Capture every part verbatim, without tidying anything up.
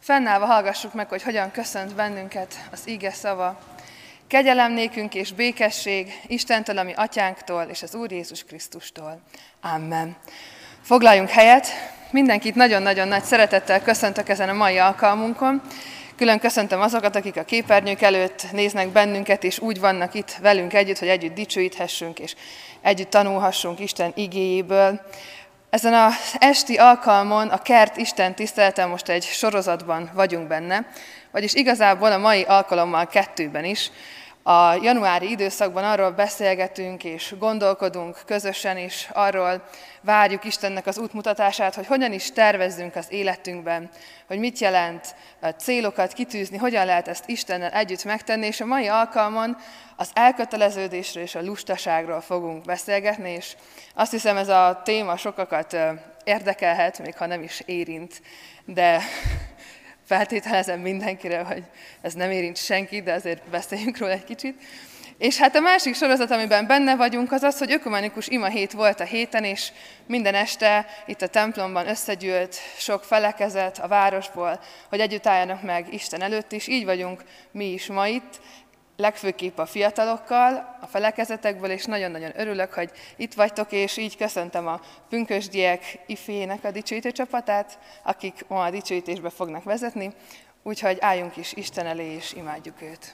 Fennállva hallgassuk meg, hogy hogyan köszönt bennünket az ige szava. Kegyelem nékünk és békesség Istentől, ami atyánktól, és az Úr Jézus Krisztustól. Amen. Foglaljunk helyet. Mindenkit nagyon-nagyon nagy szeretettel köszöntök ezen a mai alkalmunkon. Külön köszöntöm azokat, akik a képernyők előtt néznek bennünket, és úgy vannak itt velünk együtt, hogy együtt dicsőíthessünk, és együtt tanulhassunk Isten igéjéből. Ezen az esti alkalmon, a Kert Isten tiszteleten most egy sorozatban vagyunk benne, vagyis igazából a mai alkalommal kettőben is. A januári időszakban arról beszélgetünk és gondolkodunk közösen, és arról várjuk Istennek az útmutatását, hogy hogyan is tervezzünk az életünkben, hogy mit jelent a célokat kitűzni, hogyan lehet ezt Istennel együtt megtenni, és a mai alkalmon az elköteleződésről és a lustaságról fogunk beszélgetni, és azt hiszem, ez a téma sokakat érdekelhet, még ha nem is érint, de feltételezem mindenkire, hogy ez nem érint senkit, de azért beszéljünk róla egy kicsit. És hát a másik sorozat, amiben benne vagyunk, az az, hogy ökumenikus imahét volt a héten, és minden este itt a templomban összegyűlt sok felekezet a városból, hogy együtt álljanak meg Isten előtt, és így vagyunk mi is ma itt, legfőképp a fiatalokkal, a felekezetekből, és nagyon-nagyon örülök, hogy itt vagytok, és így köszöntöm a pünkösdiek ifének a dicsőítő csapatát, akik ma a dicsőítésbe fognak vezetni, úgyhogy álljunk is Isten elé, és imádjuk őt.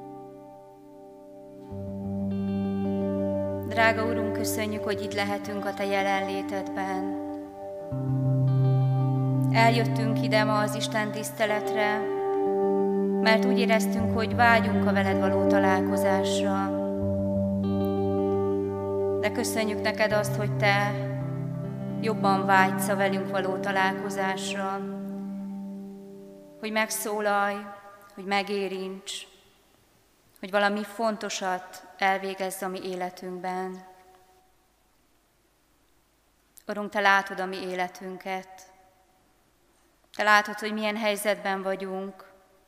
Drága Urunk, köszönjük, hogy itt lehetünk a Te jelenlétedben. Eljöttünk ide ma az Isten tiszteletre, mert úgy éreztünk, hogy vágyunk a veled való találkozásra. De köszönjük neked azt, hogy te jobban vágysz a velünk való találkozásra, hogy megszólalj, hogy megérints, hogy valami fontosat elvégezz a mi életünkben. Urunk, te látod a mi életünket. Te látod, hogy milyen helyzetben vagyunk,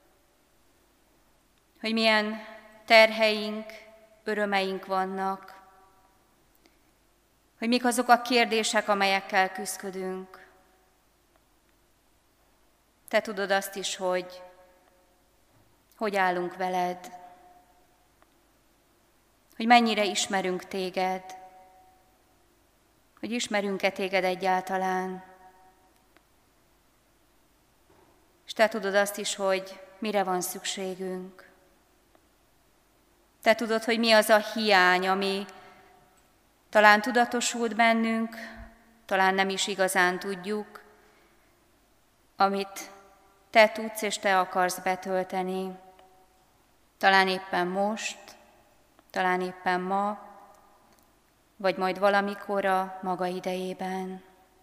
hogy milyen terheink, örömeink vannak, hogy mik azok a kérdések, amelyekkel küszködünk. Te tudod azt is, hogy hogy állunk veled, hogy mennyire ismerünk téged, hogy ismerünk-e téged egyáltalán. És te tudod azt is, hogy mire van szükségünk. Te tudod, hogy mi az a hiány, ami talán tudatosult bennünk, talán nem is igazán tudjuk, amit te tudsz és te akarsz betölteni. Talán éppen most, talán éppen ma, vagy majd valamikor a maga idejében.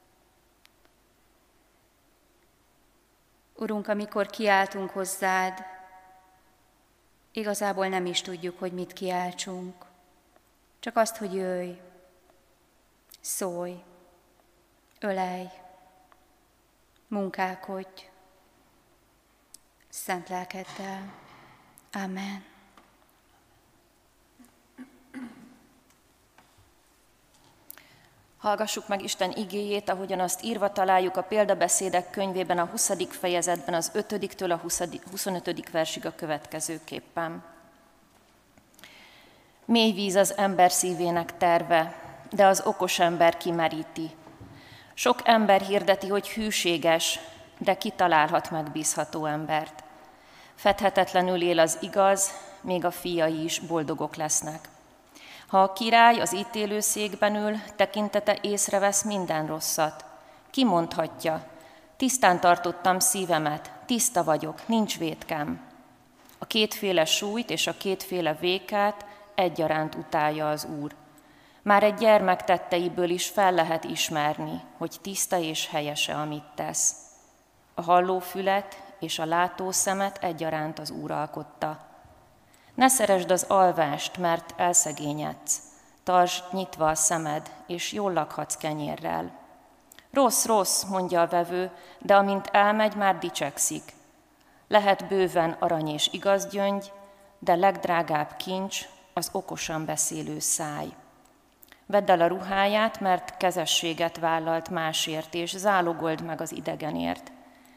Urunk, amikor kiáltunk hozzád, igazából nem is tudjuk, hogy mit kiáltsunk. Csak azt, hogy jöjj, szólj, ölelj, munkálkodj, szent lelkeddel. Amen. Hallgassuk meg Isten igéjét, ahogyan azt írva találjuk a Példabeszédek könyvében, a huszadik fejezetben, az ötödiktől a huszonötödik versig a következőképpen. Mély víz az ember szívének terve, de az okos ember kimeríti. Sok ember hirdeti, hogy hűséges, de ki találhat megbízható embert. Fedhetetlenül él az igaz, még a fiai is boldogok lesznek. Ha a király az ítélőszékben ül, tekintete észrevesz minden rosszat. Ki mondhatja, tisztán tartottam szívemet, tiszta vagyok, nincs vétkem. A kétféle súlyt és a kétféle vékát egyaránt utálja az Úr. Már egy gyermek tetteiből is fel lehet ismerni, hogy tiszta és helyese, amit tesz. A hallófület és a látószemet egyaránt az Úr alkotta. Ne szeresd az alvást, mert elszegényedsz. Tartsd nyitva a szemed, és jól lakhatsz kenyérrel. Rossz, rossz, mondja a vevő, de amint elmegy, már dicsekszik. Lehet bőven arany és igaz gyöngy, de legdrágább kincs az okosan beszélő száj. Vedd el a ruháját, mert kezességet vállalt másért, és zálogold meg az idegenért.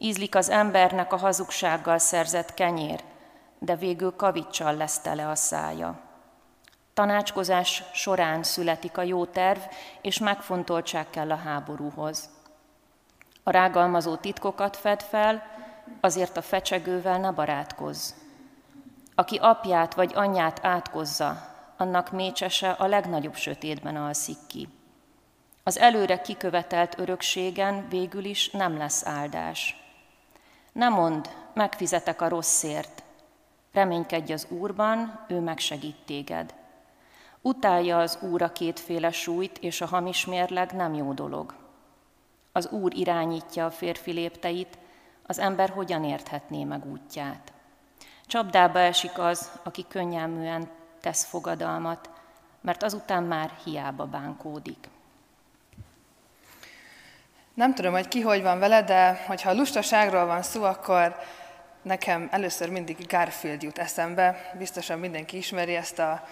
Ízlik az embernek a hazugsággal szerzett kenyér, de végül kaviccsal lesz tele a szája. Tanácskozás során születik a jó terv, és megfontoltság kell a háborúhoz. A rágalmazó titkokat fed fel, azért a fecsegővel ne barátkozz. Aki apját vagy anyját átkozza, annak mécsese a legnagyobb sötétben alszik ki. Az előre kikövetelt örökségen végül is nem lesz áldás. Ne mondd, megfizetek a rosszért. Reménykedj az Úrban, ő megsegít téged. Utálja az Úr a kétféle súlyt, és a hamis mérleg nem jó dolog. Az Úr irányítja a férfi lépteit, az ember hogyan érthetné meg útját. Csapdába esik az, aki könnyelműen tesz fogadalmat, mert azután már hiába bánkódik. Nem tudom, hogy ki hogy van vele, de hogyha a lustaságról van szó, akkor nekem először mindig Garfield jut eszembe. Biztosan mindenki ismeri ezt a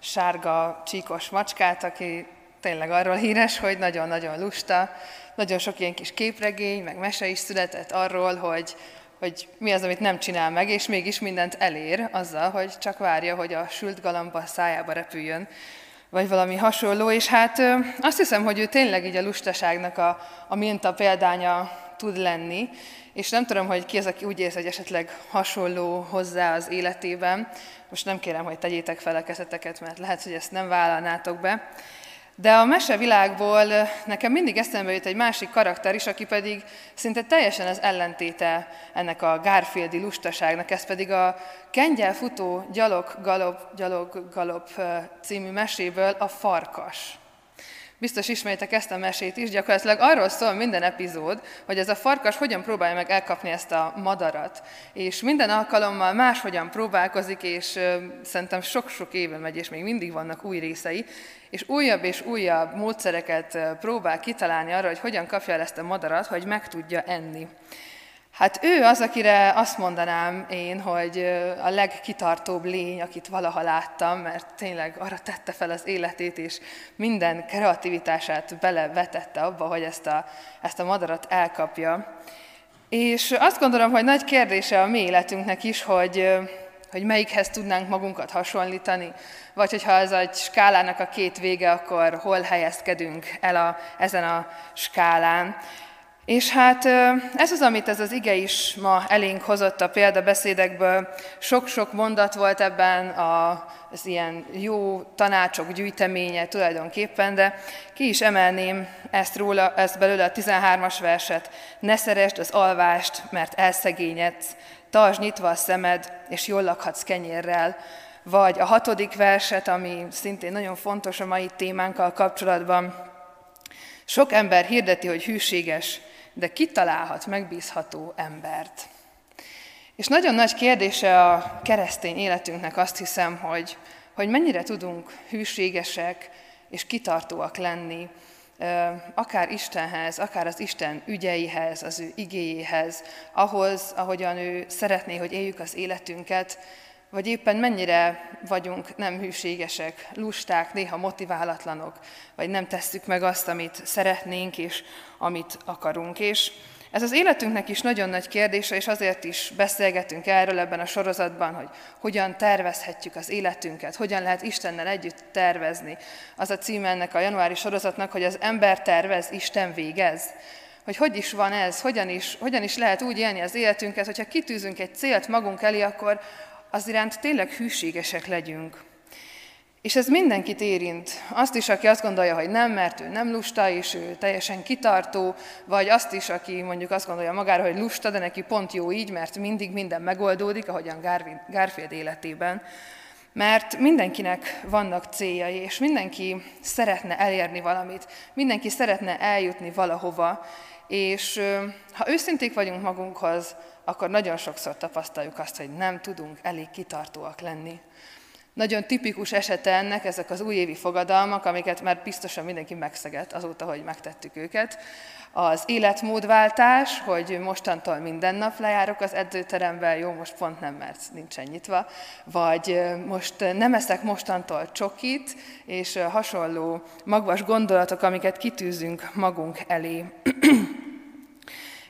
sárga, csíkos macskát, aki tényleg arról híres, hogy nagyon-nagyon lusta. Nagyon sok ilyen kis képregény, meg mese is született arról, hogy, hogy mi az, amit nem csinál meg, és mégis mindent elér azzal, hogy csak várja, hogy a sült galamba szájába repüljön, vagy valami hasonló. És hát azt hiszem, hogy ő tényleg így a lustaságnak a, a minta példánya tud lenni, és nem tudom, hogy ki az, aki úgy érzi, hogy esetleg hasonló hozzá az életében. Most nem kérem, hogy tegyétek fel a kezeteket, mert lehet, hogy ezt nem vállalnátok be. De a mesevilágból nekem mindig eszembe jut egy másik karakter is, aki pedig szinte teljesen az ellentéte ennek a Garfieldi lustaságnak, ez pedig a Kengyel futó gyalog, galop, gyalog, galop című meséből a farkas. Biztos ismeritek ezt a mesét is, gyakorlatilag arról szól minden epizód, hogy ez a farkas hogyan próbálja meg elkapni ezt a madarat. És minden alkalommal máshogyan próbálkozik, és ö, szerintem sok-sok éve megy, és még mindig vannak új részei, és újabb és újabb módszereket próbál kitalálni arra, hogy hogyan kapja el ezt a madarat, hogy meg tudja enni. Hát ő az, akire azt mondanám én, hogy a legkitartóbb lény, akit valaha láttam, mert tényleg arra tette fel az életét, és minden kreativitását belevetette abba, hogy ezt a, ezt a madarat elkapja. És azt gondolom, hogy nagy kérdése a mi életünknek is, hogy, hogy melyikhez tudnánk magunkat hasonlítani, vagy hogyha ez egy skálának a két vége, akkor hol helyezkedünk el a, ezen a skálán. És hát ez az, amit ez az ige is ma elénk hozott a példabeszédekből. Sok-sok mondat volt ebben az ilyen jó tanácsok gyűjteménye tulajdonképpen, de ki is emelném ezt róla, ezt belőle a tizenhármas verset. Ne szeresd az alvást, mert elszegényedsz, tartsd nyitva a szemed, és jól lakhatsz kenyérrel. Vagy a hatodik verset, ami szintén nagyon fontos a mai témánkkal kapcsolatban. Sok ember hirdeti, hogy hűséges, de ki találhat megbízható embert? És nagyon nagy kérdése a keresztény életünknek azt hiszem, hogy, hogy mennyire tudunk hűségesek és kitartóak lenni, akár Istenhez, akár az Isten ügyeihez, az ő igéjéhez, ahhoz, ahogyan ő szeretné, hogy éljük az életünket, vagy éppen mennyire vagyunk nem hűségesek, lusták, néha motiválatlanok, vagy nem tesszük meg azt, amit szeretnénk és amit akarunk. És ez az életünknek is nagyon nagy kérdése, és azért is beszélgetünk erről ebben a sorozatban, hogy hogyan tervezhetjük az életünket, hogyan lehet Istennel együtt tervezni. Az a címe ennek a januári sorozatnak, hogy az ember tervez, Isten végez. Hogy hogy is van ez, hogyan is, hogyan is lehet úgy élni az életünket, hogyha kitűzünk egy célt magunk elé, akkor az iránt tényleg hűségesek legyünk. És ez mindenkit érint. Azt is, aki azt gondolja, hogy nem, mert ő nem lusta, és ő teljesen kitartó, vagy azt is, aki mondjuk azt gondolja magára, hogy lusta, de neki pont jó így, mert mindig minden megoldódik, ahogyan Garfield életében. Mert mindenkinek vannak céljai, és mindenki szeretne elérni valamit, mindenki szeretne eljutni valahova, és ha őszinték vagyunk magunkhoz, akkor nagyon sokszor tapasztaljuk azt, hogy nem tudunk elég kitartóak lenni. Nagyon tipikus esete ennek ezek az újévi fogadalmak, amiket már biztosan mindenki megszegett azóta, hogy megtettük őket. Az életmódváltás, hogy mostantól minden nap lejárok az edzőterembe, jó, most pont nem, mert nincsen nyitva, vagy most nem eszek mostantól csokit, és hasonló magvas gondolatok, amiket kitűzünk magunk elé.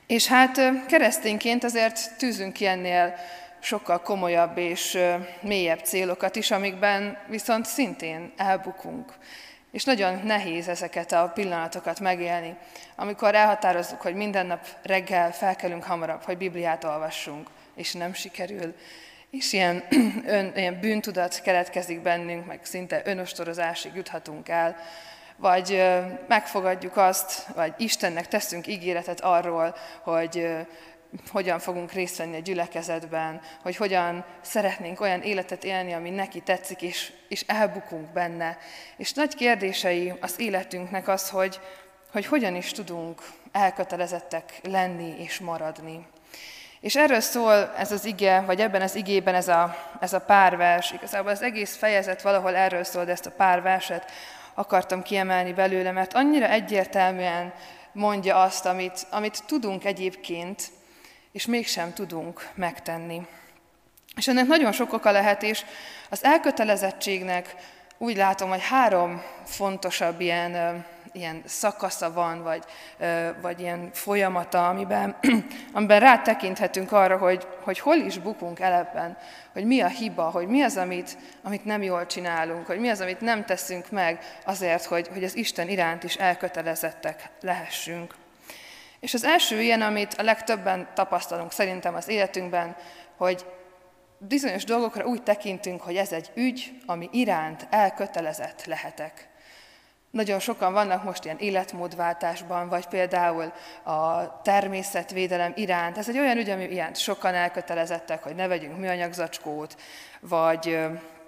És hát keresztényként azért tűzünk ki ennél sokkal komolyabb és mélyebb célokat is, amikben viszont szintén elbukunk. És nagyon nehéz ezeket a pillanatokat megélni, amikor elhatározzuk, hogy minden nap reggel felkelünk hamarabb, hogy Bibliát olvassunk, és nem sikerül. És ilyen, ön, ilyen bűntudat keletkezik bennünk, meg szinte önostorozásig juthatunk el, vagy megfogadjuk azt, vagy Istennek teszünk ígéretet arról, hogy hogyan fogunk részt venni a gyülekezetben, hogy hogyan szeretnénk olyan életet élni, ami neki tetszik, és, és elbukunk benne. És nagy kérdései az életünknek az, hogy, hogy hogyan is tudunk elkötelezettek lenni és maradni. És erről szól ez az ige, vagy ebben az igében ez a, ez a pár vers, igazából az egész fejezet valahol erről szól, de ezt a pár verset akartam kiemelni belőle, mert annyira egyértelműen mondja azt, amit, amit tudunk egyébként, és mégsem tudunk megtenni. És ennek nagyon sok oka lehet, és az elkötelezettségnek úgy látom, hogy három fontosabb ilyen, ilyen szakasza van, vagy, vagy ilyen folyamata, amiben, amiben rátekinthetünk arra, hogy, hogy hol is bukunk el ebben, hogy mi a hiba, hogy mi az, amit, amit nem jól csinálunk, hogy mi az, amit nem teszünk meg azért, hogy, hogy az Isten iránt is elkötelezettek lehessünk. És az első ilyen, amit a legtöbben tapasztalunk szerintem az életünkben, hogy bizonyos dolgokra úgy tekintünk, hogy ez egy ügy, ami iránt elkötelezett lehetek. Nagyon sokan vannak most ilyen életmódváltásban, vagy például a természetvédelem iránt. Ez egy olyan ügy, ami iránt sokan elkötelezettek, hogy ne vegyünk műanyagzacskót, vagy,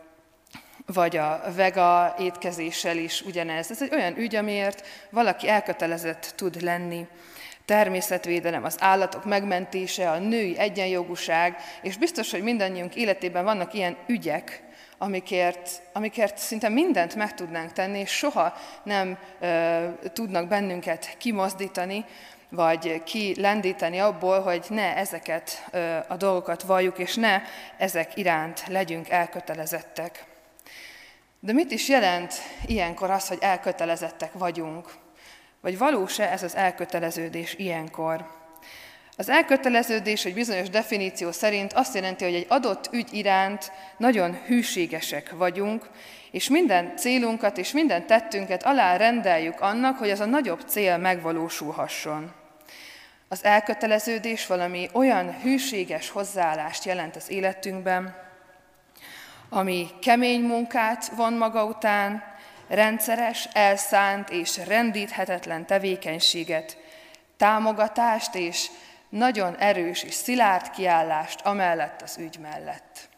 vagy a vega étkezéssel is ugyanez. Ez egy olyan ügy, amiért valaki elkötelezett tud lenni. Természetvédelem, az állatok megmentése, a női egyenjogúság, és biztos, hogy mindannyiunk életében vannak ilyen ügyek, amikért, amikért szinte mindent meg tudnánk tenni, és soha nem e, tudnak bennünket kimozdítani, vagy kilendíteni abból, hogy ne ezeket e, a dolgokat valljuk, és ne ezek iránt legyünk elkötelezettek. De mit is jelent ilyenkor az, hogy elkötelezettek vagyunk? Vagy valós-e ez az elköteleződés ilyenkor? Az elköteleződés egy bizonyos definíció szerint azt jelenti, hogy egy adott ügy iránt nagyon hűségesek vagyunk, és minden célunkat és minden tettünket alárendeljük annak, hogy az a nagyobb cél megvalósulhasson. Az elköteleződés valami olyan hűséges hozzáállást jelent az életünkben, ami kemény munkát von maga után, rendszeres, elszánt és rendíthetetlen tevékenységet, támogatást és nagyon erős és szilárd kiállást amellett az ügy mellett.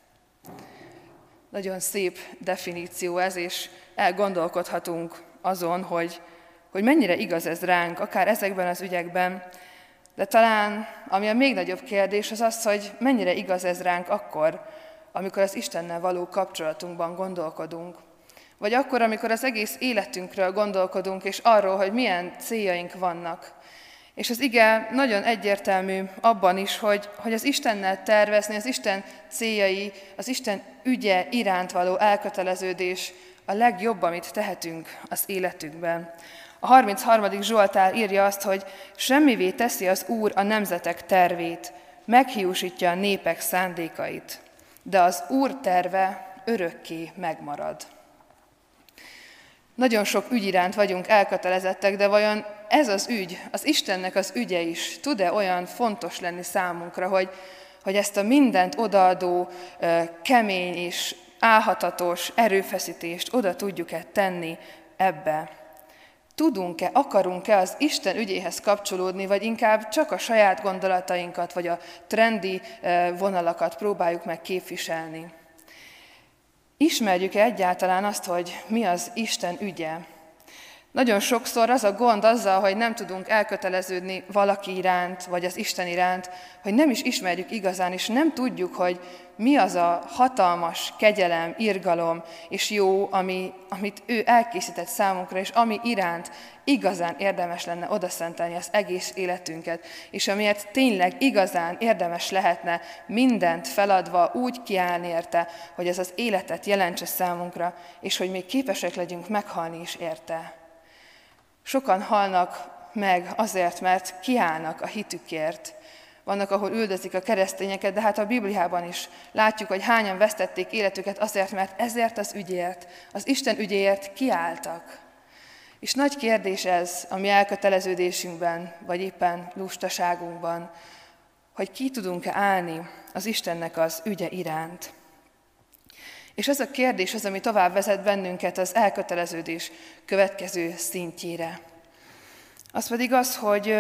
Nagyon szép definíció ez, és elgondolkodhatunk azon, hogy, hogy mennyire igaz ez ránk, akár ezekben az ügyekben, de talán ami a még nagyobb kérdés az az, hogy mennyire igaz ez ránk akkor, amikor az Istennel való kapcsolatunkban gondolkodunk, vagy akkor, amikor az egész életünkről gondolkodunk, és arról, hogy milyen céljaink vannak. És az ige nagyon egyértelmű abban is, hogy, hogy az Istennel tervezni, az Isten céljai, az Isten ügye iránt való elköteleződés a legjobb, amit tehetünk az életünkben. A harmincharmadik Zsoltár írja azt, hogy semmivé teszi az Úr a nemzetek tervét, meghiúsítja a népek szándékait, de az Úr terve örökké megmarad. Nagyon sok ügy iránt vagyunk elkötelezettek, de vajon ez az ügy, az Istennek az ügye is tud-e olyan fontos lenni számunkra, hogy, hogy ezt a mindent odaadó, kemény és álhatatos erőfeszítést oda tudjuk-e tenni ebbe? Tudunk-e, akarunk-e az Isten ügyéhez kapcsolódni, vagy inkább csak a saját gondolatainkat, vagy a trendi vonalakat próbáljuk meg képviselni? Ismerjük-e egyáltalán azt, hogy mi az Isten ügye? Nagyon sokszor az a gond azzal, hogy nem tudunk elköteleződni valaki iránt, vagy az Isten iránt, hogy nem is ismerjük igazán, és nem tudjuk, hogy mi az a hatalmas kegyelem, irgalom és jó, ami, amit ő elkészített számunkra, és ami iránt igazán érdemes lenne odaszentelni az egész életünket, és amiért tényleg igazán érdemes lehetne mindent feladva úgy kiállni érte, hogy ez az életet jelentse számunkra, és hogy még képesek legyünk meghalni is érte. Sokan halnak meg azért, mert kiállnak a hitükért. Vannak, ahol üldözik a keresztényeket, de hát a Bibliában is látjuk, hogy hányan vesztették életüket azért, mert ezért az ügyért, az Isten ügyéért kiálltak. És nagy kérdés ez a mi elköteleződésünkben, vagy éppen lustaságunkban, hogy ki tudunk-e állni az Istennek az ügye iránt. És ez a kérdés az, ami tovább vezet bennünket az elköteleződés következő szintjére. Az pedig az, hogy,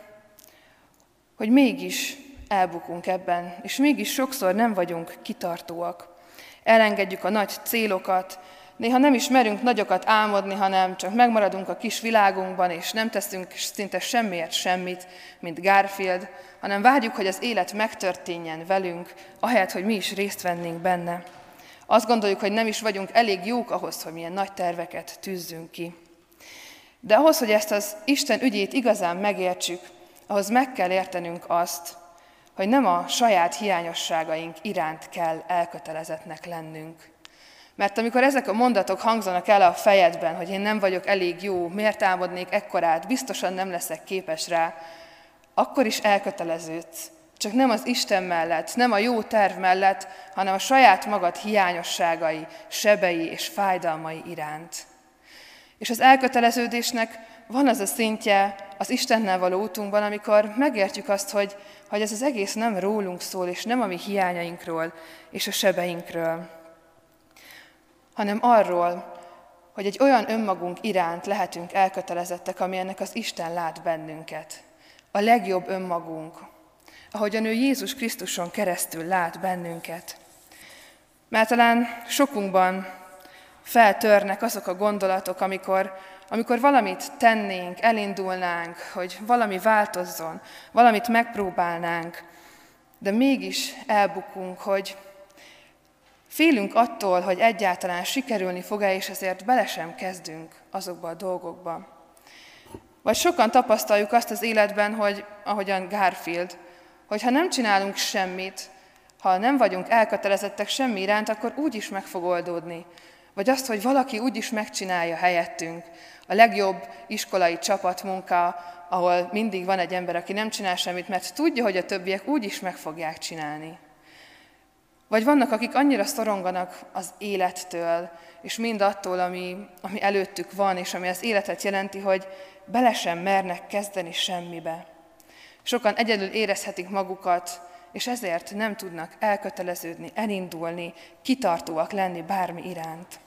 hogy mégis elbukunk ebben, és mégis sokszor nem vagyunk kitartóak. Elengedjük a nagy célokat, néha nem is merünk nagyokat álmodni, hanem csak megmaradunk a kis világunkban, és nem teszünk szinte semmiért semmit, mint Garfield, hanem várjuk, hogy az élet megtörténjen velünk, ahelyett, hogy mi is részt vennénk benne. Azt gondoljuk, hogy nem is vagyunk elég jók ahhoz, hogy milyen nagy terveket tűzzünk ki. De ahhoz, hogy ezt az Isten ügyét igazán megértsük, ahhoz meg kell értenünk azt, hogy nem a saját hiányosságaink iránt kell elkötelezettnek lennünk. Mert amikor ezek a mondatok hangzanak el a fejedben, hogy én nem vagyok elég jó, miért álmodnék ekkorát, biztosan nem leszek képes rá, akkor is elköteleződsz. Csak nem az Isten mellett, nem a jó terv mellett, hanem a saját magad hiányosságai, sebei és fájdalmai iránt. És az elköteleződésnek van az a szintje az Istennel való útunkban, amikor megértjük azt, hogy, hogy ez az egész nem rólunk szól, és nem a mi hiányainkról és a sebeinkről, hanem arról, hogy egy olyan önmagunk iránt lehetünk elkötelezettek, ami ennek az Isten lát bennünket. A legjobb önmagunk, ahogyan ő Jézus Krisztuson keresztül lát bennünket. Mert talán sokunkban feltörnek azok a gondolatok, amikor, amikor valamit tennénk, elindulnánk, hogy valami változzon, valamit megpróbálnánk, de mégis elbukunk, hogy félünk attól, hogy egyáltalán sikerülni fog-e, és ezért bele sem kezdünk azokba a dolgokba. Vagy sokan tapasztaljuk azt az életben, hogy ahogyan Garfield, hogy ha nem csinálunk semmit, ha nem vagyunk elkötelezettek semmi iránt, akkor úgy is meg fog oldódni. Vagy azt, hogy valaki úgy is megcsinálja helyettünk. A legjobb iskolai csapatmunka, ahol mindig van egy ember, aki nem csinál semmit, mert tudja, hogy a többiek úgy is meg fogják csinálni. Vagy vannak, akik annyira szoronganak az élettől, és mindattól, ami, ami előttük van, és ami az életet jelenti, hogy bele sem mernek kezdeni semmibe. Sokan egyedül érezhetik magukat, és ezért nem tudnak elköteleződni, elindulni, kitartóak lenni bármi iránt.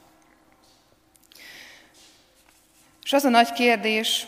És az a nagy kérdés,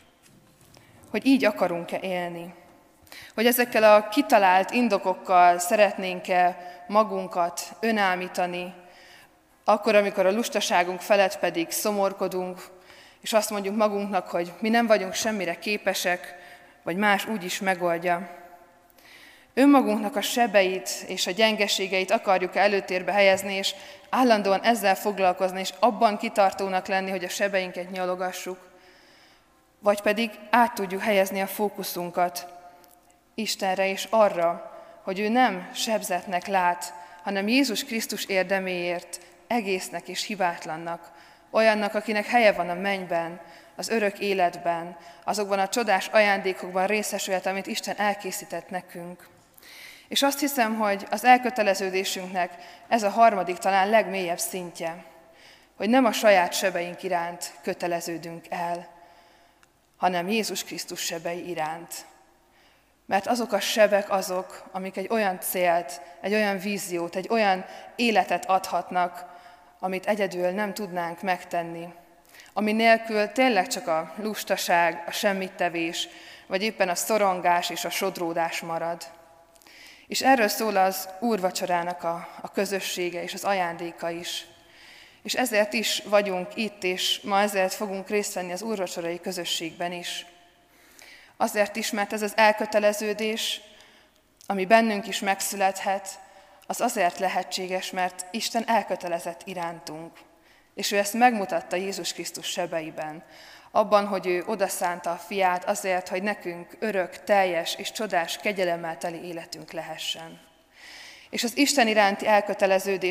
hogy így akarunk-e élni? Hogy ezekkel a kitalált indokokkal szeretnénk-e magunkat önállítani, akkor, amikor a lustaságunk felett pedig szomorkodunk, és azt mondjuk magunknak, hogy mi nem vagyunk semmire képesek, vagy más úgy is megoldja. Önmagunknak a sebeit és a gyengeségeit akarjuk előtérbe helyezni, és állandóan ezzel foglalkozni, és abban kitartónak lenni, hogy a sebeinket nyalogassuk. Vagy pedig át tudjuk helyezni a fókuszunkat Istenre és arra, hogy ő nem sebzetnek lát, hanem Jézus Krisztus érdeméért egésznek és hibátlannak, olyannak, akinek helye van a mennyben, az örök életben, azokban a csodás ajándékokban részesülhet, amit Isten elkészített nekünk. És azt hiszem, hogy az elköteleződésünknek ez a harmadik, talán legmélyebb szintje, hogy nem a saját sebeink iránt köteleződünk el, hanem Jézus Krisztus sebei iránt. Mert azok a sebek azok, amik egy olyan célt, egy olyan víziót, egy olyan életet adhatnak, amit egyedül nem tudnánk megtenni, ami nélkül tényleg csak a lustaság, a semmittevés, vagy éppen a szorongás és a sodródás marad. És erről szól az úrvacsorának a, a közössége és az ajándéka is. És ezért is vagyunk itt, és ma ezért fogunk részt venni az úrvacsorai közösségben is. Azért is, mert ez az elköteleződés, ami bennünk is megszülethet, az azért lehetséges, mert Isten elkötelezett irántunk. És ő ezt megmutatta Jézus Krisztus sebeiben, abban, hogy ő odaszánta a fiát azért, hogy nekünk örök, teljes és csodás kegyelemmel teli életünk lehessen. És az Isten iránti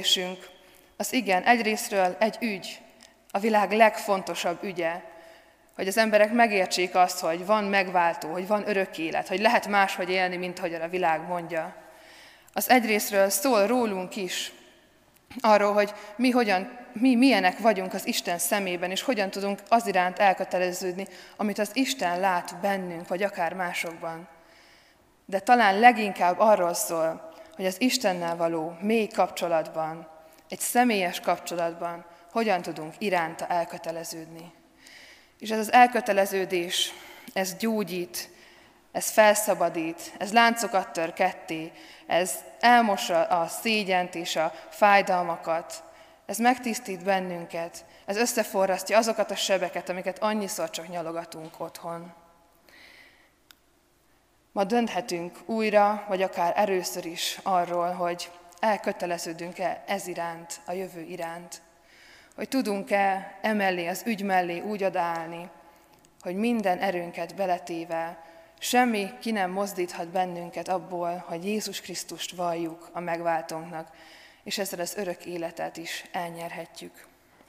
elköteleződésünk, az igen, egyrészről egy ügy, a világ legfontosabb ügye, hogy az emberek megértsék azt, hogy van megváltó, hogy van örök élet, hogy lehet máshogy élni, mint ahogy a világ mondja. Az egyrészről szól rólunk is, arról, hogy mi, hogyan, mi milyenek vagyunk az Isten szemében, és hogyan tudunk az iránt elköteleződni, amit az Isten lát bennünk, vagy akár másokban. De talán leginkább arról szól, hogy az Istennel való mély kapcsolatban, egy személyes kapcsolatban hogyan tudunk iránta elköteleződni. És ez az elköteleződés, ez gyógyít, ez felszabadít, ez láncokat tör ketté, ez elmossa a szégyent és a fájdalmakat, ez megtisztít bennünket, ez összeforrasztja azokat a sebeket, amiket annyiszor csak nyalogatunk otthon. Ma dönthetünk újra, vagy akár először is arról, hogy elköteleződünk-e ez iránt, a jövő iránt. Hogy tudunk-e emellé, az ügy mellé úgy odaállni, hogy minden erőnket beletéve semmi ki nem mozdíthat bennünket abból, hogy Jézus Krisztust valljuk a megváltónknak, és ezzel az örök életet is elnyerhetjük.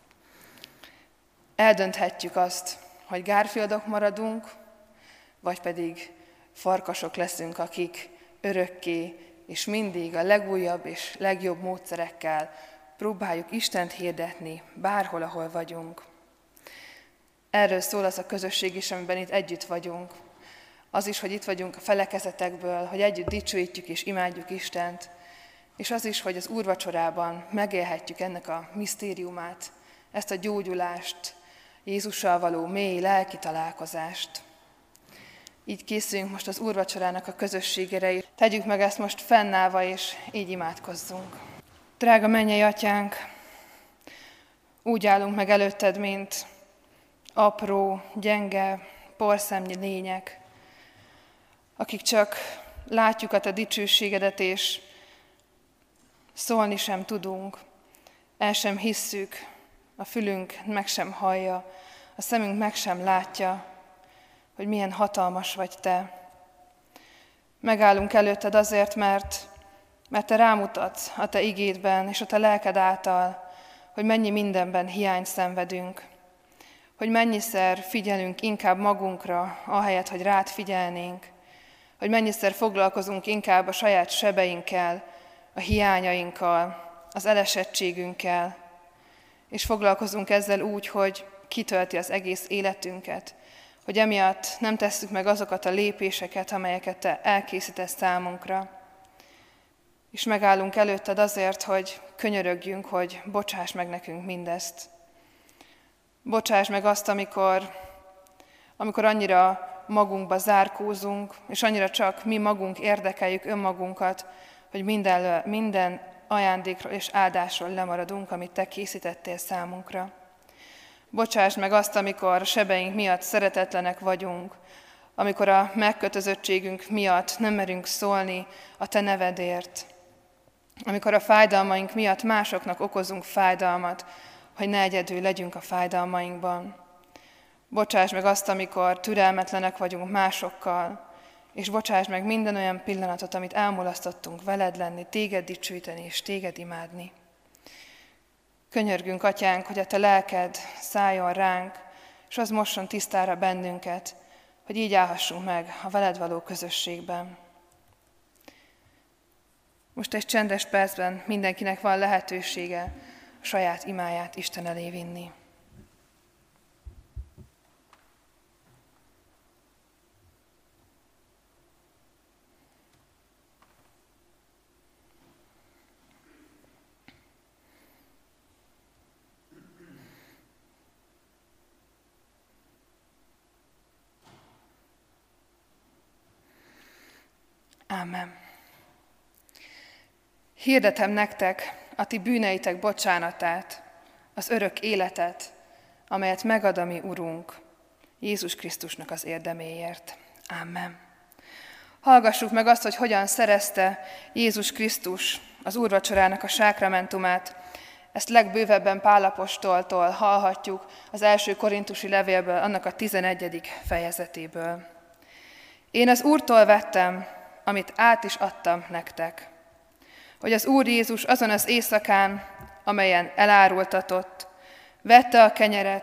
Eldönthetjük azt, hogy Garfieldok maradunk, vagy pedig farkasok leszünk, akik örökké és mindig a legújabb és legjobb módszerekkel próbáljuk Istent hirdetni bárhol, ahol vagyunk. Erről szól az a közösség is, amiben itt együtt vagyunk. Az is, hogy itt vagyunk a felekezetekből, hogy együtt dicsőítjük és imádjuk Istent, és az is, hogy az úrvacsorában megélhetjük ennek a misztériumát, ezt a gyógyulást, Jézussal való mély lelki találkozást. Így készüljünk most az úrvacsorának a közösségére, és tegyük meg ezt most fennállva, és így imádkozzunk. Drága mennyei Atyánk, úgy állunk meg előtted, mint apró, gyenge, porszemnyi lények, akik csak látjuk a te dicsőségedet, és szólni sem tudunk, el sem hisszük, a fülünk meg sem hallja, a szemünk meg sem látja, hogy milyen hatalmas vagy te. Megállunk előtted azért, mert, mert te rámutatsz a te igédben és a te lelked által, hogy mennyi mindenben hiányt szenvedünk, hogy mennyiszer figyelünk inkább magunkra, ahelyett, hogy rád figyelnénk, hogy mennyiszer foglalkozunk inkább a saját sebeinkkel, a hiányainkkal, az elesettségünkkel, és foglalkozunk ezzel úgy, hogy kitölti az egész életünket, hogy emiatt nem tesszük meg azokat a lépéseket, amelyeket te elkészítesz számunkra. És megállunk előtted azért, hogy könyörögjünk, hogy bocsáss meg nekünk mindezt. Bocsáss meg azt, amikor, amikor annyira magunkba zárkózunk, és annyira csak mi magunk érdekeljük önmagunkat, hogy minden, minden ajándékról és áldásról lemaradunk, amit te készítettél számunkra. Bocsáss meg azt, amikor a sebeink miatt szeretetlenek vagyunk, amikor a megkötözöttségünk miatt nem merünk szólni a te nevedért, amikor a fájdalmaink miatt másoknak okozunk fájdalmat, hogy ne egyedül legyünk a fájdalmainkban. Bocsáss meg azt, amikor türelmetlenek vagyunk másokkal, és bocsáss meg minden olyan pillanatot, amit elmulasztottunk veled lenni, téged dicsőíteni és téged imádni. Könyörgünk, Atyánk, hogy a te lelked szálljon ránk, és az mosson tisztára bennünket, hogy így állhassunk meg a veled való közösségben. Most egy csendes percben mindenkinek van lehetősége a saját imáját Isten elé vinni. Ámen. Hirdetem nektek a ti bűneitek bocsánatát, az örök életet, amelyet megad a mi Urunk, Jézus Krisztusnak az érdeméért. Ámen. Hallgassuk meg azt, hogy hogyan szerezte Jézus Krisztus az úrvacsorának a sákramentumát. Ezt legbővebben Pál apostoltól hallhatjuk az első korintusi levélből, annak a tizenegyedik fejezetéből. Én az Úrtól vettem, amit át is adtam nektek, hogy az Úr Jézus azon az éjszakán, amelyen elárultatott, vette a kenyeret,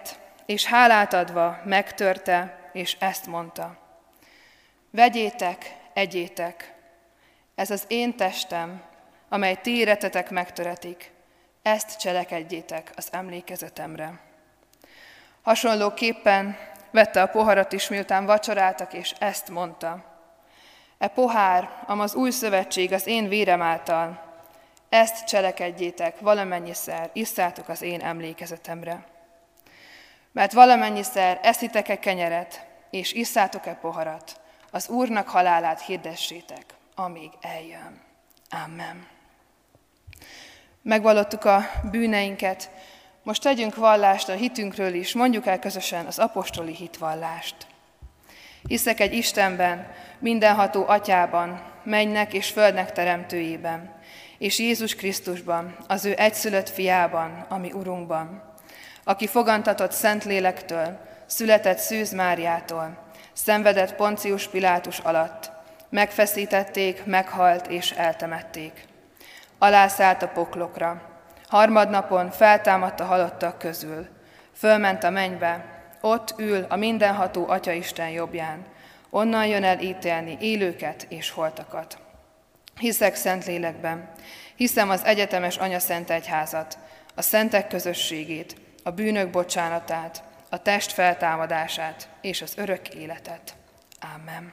és hálát adva megtörte, és ezt mondta: vegyétek, egyétek, ez az én testem, amely ti életetek megtöretik, ezt cselekedjétek az emlékezetemre. Hasonlóképpen vette a poharat is, miután vacsoráltak, és ezt mondta: e pohár, am az új szövetség az én vérem által, ezt cselekedjétek valamennyiszer, isszátok az én emlékezetemre. Mert valamennyiszer eszitek-e kenyeret, és isszátok-e poharat, az Úrnak halálát hirdessétek, amíg eljön. Amen. Megvallottuk a bűneinket, most tegyünk vallást a hitünkről is, mondjuk el közösen az apostoli hitvallást. Hiszek egy Istenben, mindenható Atyában, mennynek és földnek teremtőjében, és Jézus Krisztusban, az ő egyszülött fiában, ami Urunkban, aki fogantatott Szentlélektől, született Szűz Máriától, szenvedett Poncius Pilátus alatt, megfeszítették, meghalt és eltemették. Alászállt a poklokra, harmadnapon feltámadt a halottak közül, fölment a mennybe, ott ül a mindenható Atyaisten jobbján, onnan jön el ítélni élőket és holtakat. Hiszek Szentlélekben, hiszem az egyetemes Anyaszent Egyházat, a szentek közösségét, a bűnök bocsánatát, a test feltámadását és az örök életet. Ámen.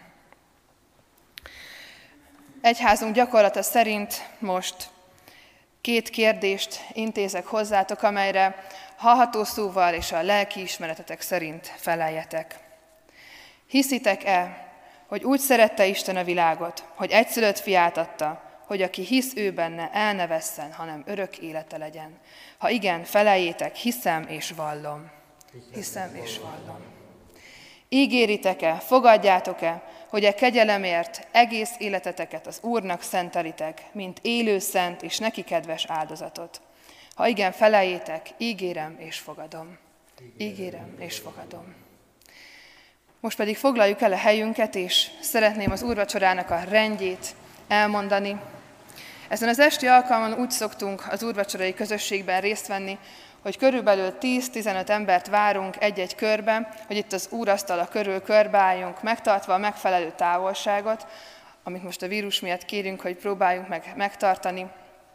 Egyházunk gyakorlata szerint most két kérdést intézek hozzátok, amelyre hallható szóval és a lelki ismeretetek szerint feleljetek. Hiszitek-e, hogy úgy szerette Isten a világot, hogy egyszülött fiát adta, hogy aki hisz ő benne, el ne vesszen, hanem örök élete legyen? Ha igen, feleljétek, hiszem és vallom. Hiszem és vallom. Ígéritek-e, fogadjátok-e, hogy a kegyelemért egész életeteket az Úrnak szentelitek, mint élő, szent és neki kedves áldozatot? Ha igen, feleljétek, ígérem és fogadom. Ígérem és fogadom. Most pedig foglaljuk el a helyünket, és szeretném az úrvacsorának a rendjét elmondani. Ezen az esti alkalmon úgy szoktunk az úrvacsorai közösségben részt venni, hogy körülbelül tíz-tizenöt embert várunk egy-egy körben, hogy itt az úrasztala körül körbeálljunk, megtartva a megfelelő távolságot, amit most a vírus miatt kérünk, hogy próbáljunk meg megtartani.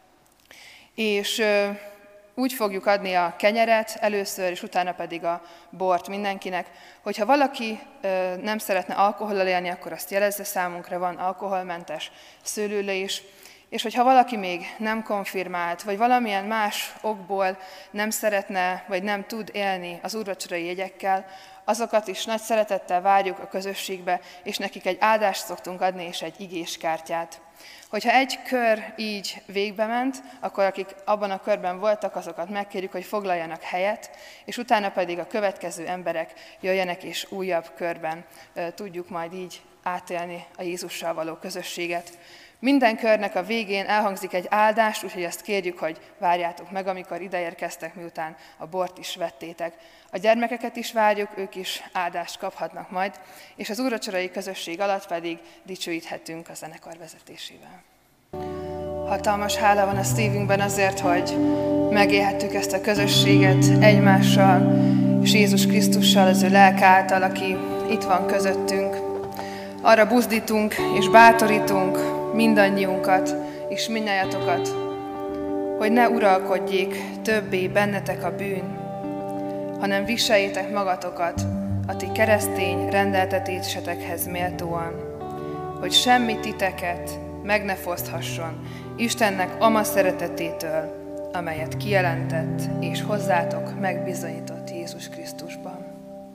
És úgy fogjuk adni a kenyeret először, és utána pedig a bort mindenkinek. Hogyha valaki nem szeretne alkohollal élni, akkor azt jelezze számunkra, van alkoholmentes szőlőlés. És hogyha valaki még nem konfirmált, vagy valamilyen más okból nem szeretne, vagy nem tud élni az úrvacsorai jegyekkel, azokat is nagy szeretettel várjuk a közösségbe, és nekik egy áldást szoktunk adni, és egy igéskártyát. Hogyha egy kör így végbe ment, akkor akik abban a körben voltak, azokat megkérjük, hogy foglaljanak helyet, és utána pedig a következő emberek jöjjenek, és újabb körben tudjuk majd így átélni a Jézussal való közösséget. Minden körnek a végén elhangzik egy áldás, úgyhogy ezt kérjük, hogy várjátok meg, amikor ideérkeztek, miután a bort is vettétek. A gyermekeket is várjuk, ők is áldást kaphatnak majd, és az úrvacsorai közösség alatt pedig dicsőíthetünk a zenekar vezetésével. Hatalmas hála van a szívünkben azért, hogy megélhettük ezt a közösséget egymással, és Jézus Krisztussal, az ő lelke által, aki itt van közöttünk. Arra buzdítunk és bátorítunk mindannyiunkat és mindnyájatokat, hogy ne uralkodjék többé bennetek a bűn, hanem viseljétek magatokat a ti keresztény rendeltetésetekhez méltóan, hogy semmi titeket meg ne foszthasson Istennek ama szeretetétől, amelyet kijelentett és hozzátok megbizonyított Jézus Krisztusban.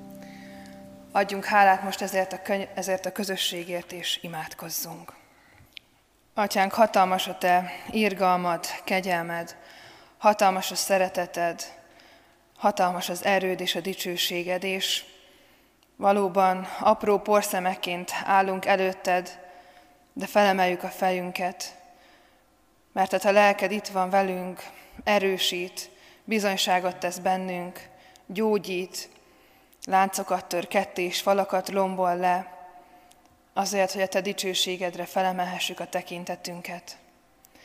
Adjunk hálát most ezért a, köny- ezért a közösségért, és imádkozzunk. Atyánk, hatalmas a te irgalmad, kegyelmed, hatalmas a szereteted, hatalmas az erőd és a dicsőséged, és valóban apró porszemekként állunk előtted, de felemeljük a fejünket, mert a lelked itt van velünk, erősít, bizonyságot tesz bennünk, gyógyít, láncokat tör ketté és falakat lombol le, azért, hogy a te dicsőségedre felemelhessük a tekintetünket.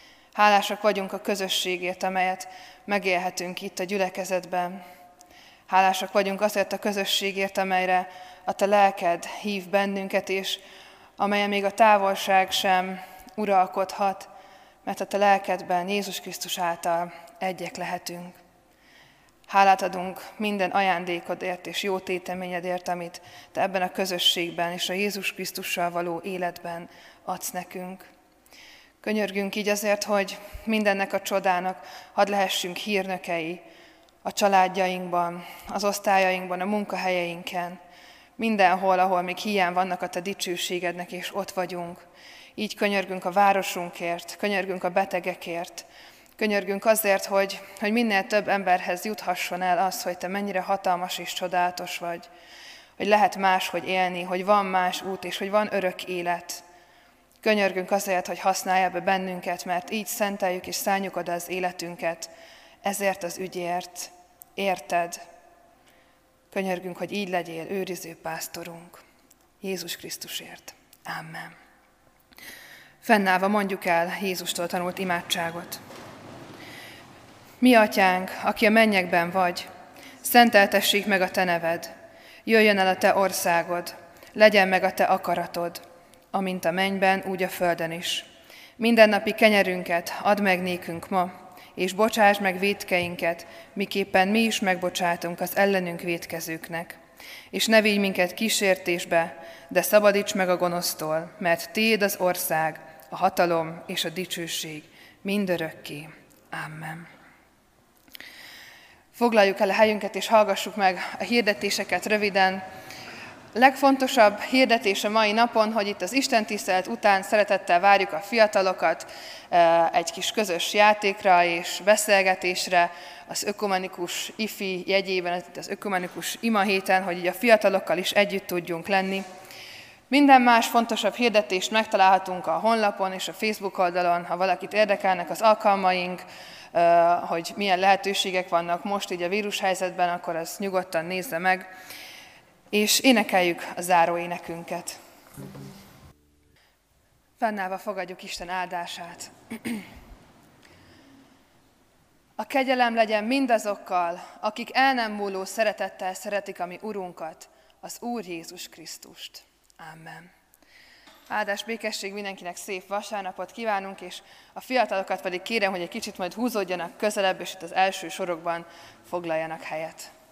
Hálásak vagyunk a közösségért, amelyet megélhetünk itt a gyülekezetben. Hálásak vagyunk azért a közösségért, amelyre a Te lelked hív bennünket, és amelyen még a távolság sem uralkodhat, mert a Te lelkedben Jézus Krisztus által egyek lehetünk. Hálát adunk minden ajándékodért és jó téteményedért, amit Te ebben a közösségben és a Jézus Krisztussal való életben adsz nekünk. Könyörgünk így azért, hogy mindennek a csodának hadd lehessünk hírnökei a családjainkban, az osztályainkban, a munkahelyeinken, mindenhol, ahol még hiány vannak a Te dicsőségednek, és ott vagyunk. Így könyörgünk a városunkért, könyörgünk a betegekért, könyörgünk azért, hogy, hogy minél több emberhez juthasson el az, hogy Te mennyire hatalmas és csodálatos vagy, hogy lehet máshogy élni, hogy van más út, és hogy van örök élet. Könyörgünk azért, hogy használja be bennünket, mert így szenteljük és szálljuk oda az életünket, ezért az ügyért, érted. Könyörgünk, hogy így legyél őriző pásztorunk. Jézus Krisztusért. Amen. Fennállva mondjuk el Jézustól tanult imádságot. Mi atyánk, aki a mennyekben vagy, szenteltessék meg a Te neved, jöjjön el a Te országod, legyen meg a Te akaratod, amint a mennyben, úgy a földön is. Mindennapi kenyerünket add meg nékünk ma, és bocsáss meg vétkeinket, miképpen mi is megbocsátunk az ellenünk vétkezőknek. És ne vigy minket kísértésbe, de szabadíts meg a gonosztól, mert Tiéd az ország, a hatalom és a dicsőség mindörökké. Amen. Foglaljuk el a helyünket, és hallgassuk meg a hirdetéseket röviden. A legfontosabb hirdetés a mai napon, hogy itt az istentisztelet után szeretettel várjuk a fiatalokat egy kis közös játékra és beszélgetésre az ökumenikus ifi jegyében, az ökumenikus ima héten, hogy így a fiatalokkal is együtt tudjunk lenni. Minden más fontosabb hirdetést megtalálhatunk a honlapon és a Facebook oldalon, ha valakit érdekelnek az alkalmaink, hogy milyen lehetőségek vannak most így a vírushelyzetben, akkor azt nyugodtan nézze meg, és énekeljük a záró énekünket. Fennállva fogadjuk Isten áldását. A kegyelem legyen mindazokkal, akik el nem múló szeretettel szeretik a mi Urunkat, az Úr Jézus Krisztust. Amen. Áldás, békesség mindenkinek, szép vasárnapot kívánunk, és a fiatalokat pedig kérem, hogy egy kicsit majd húzódjanak közelebb, és itt az első sorokban foglaljanak helyet.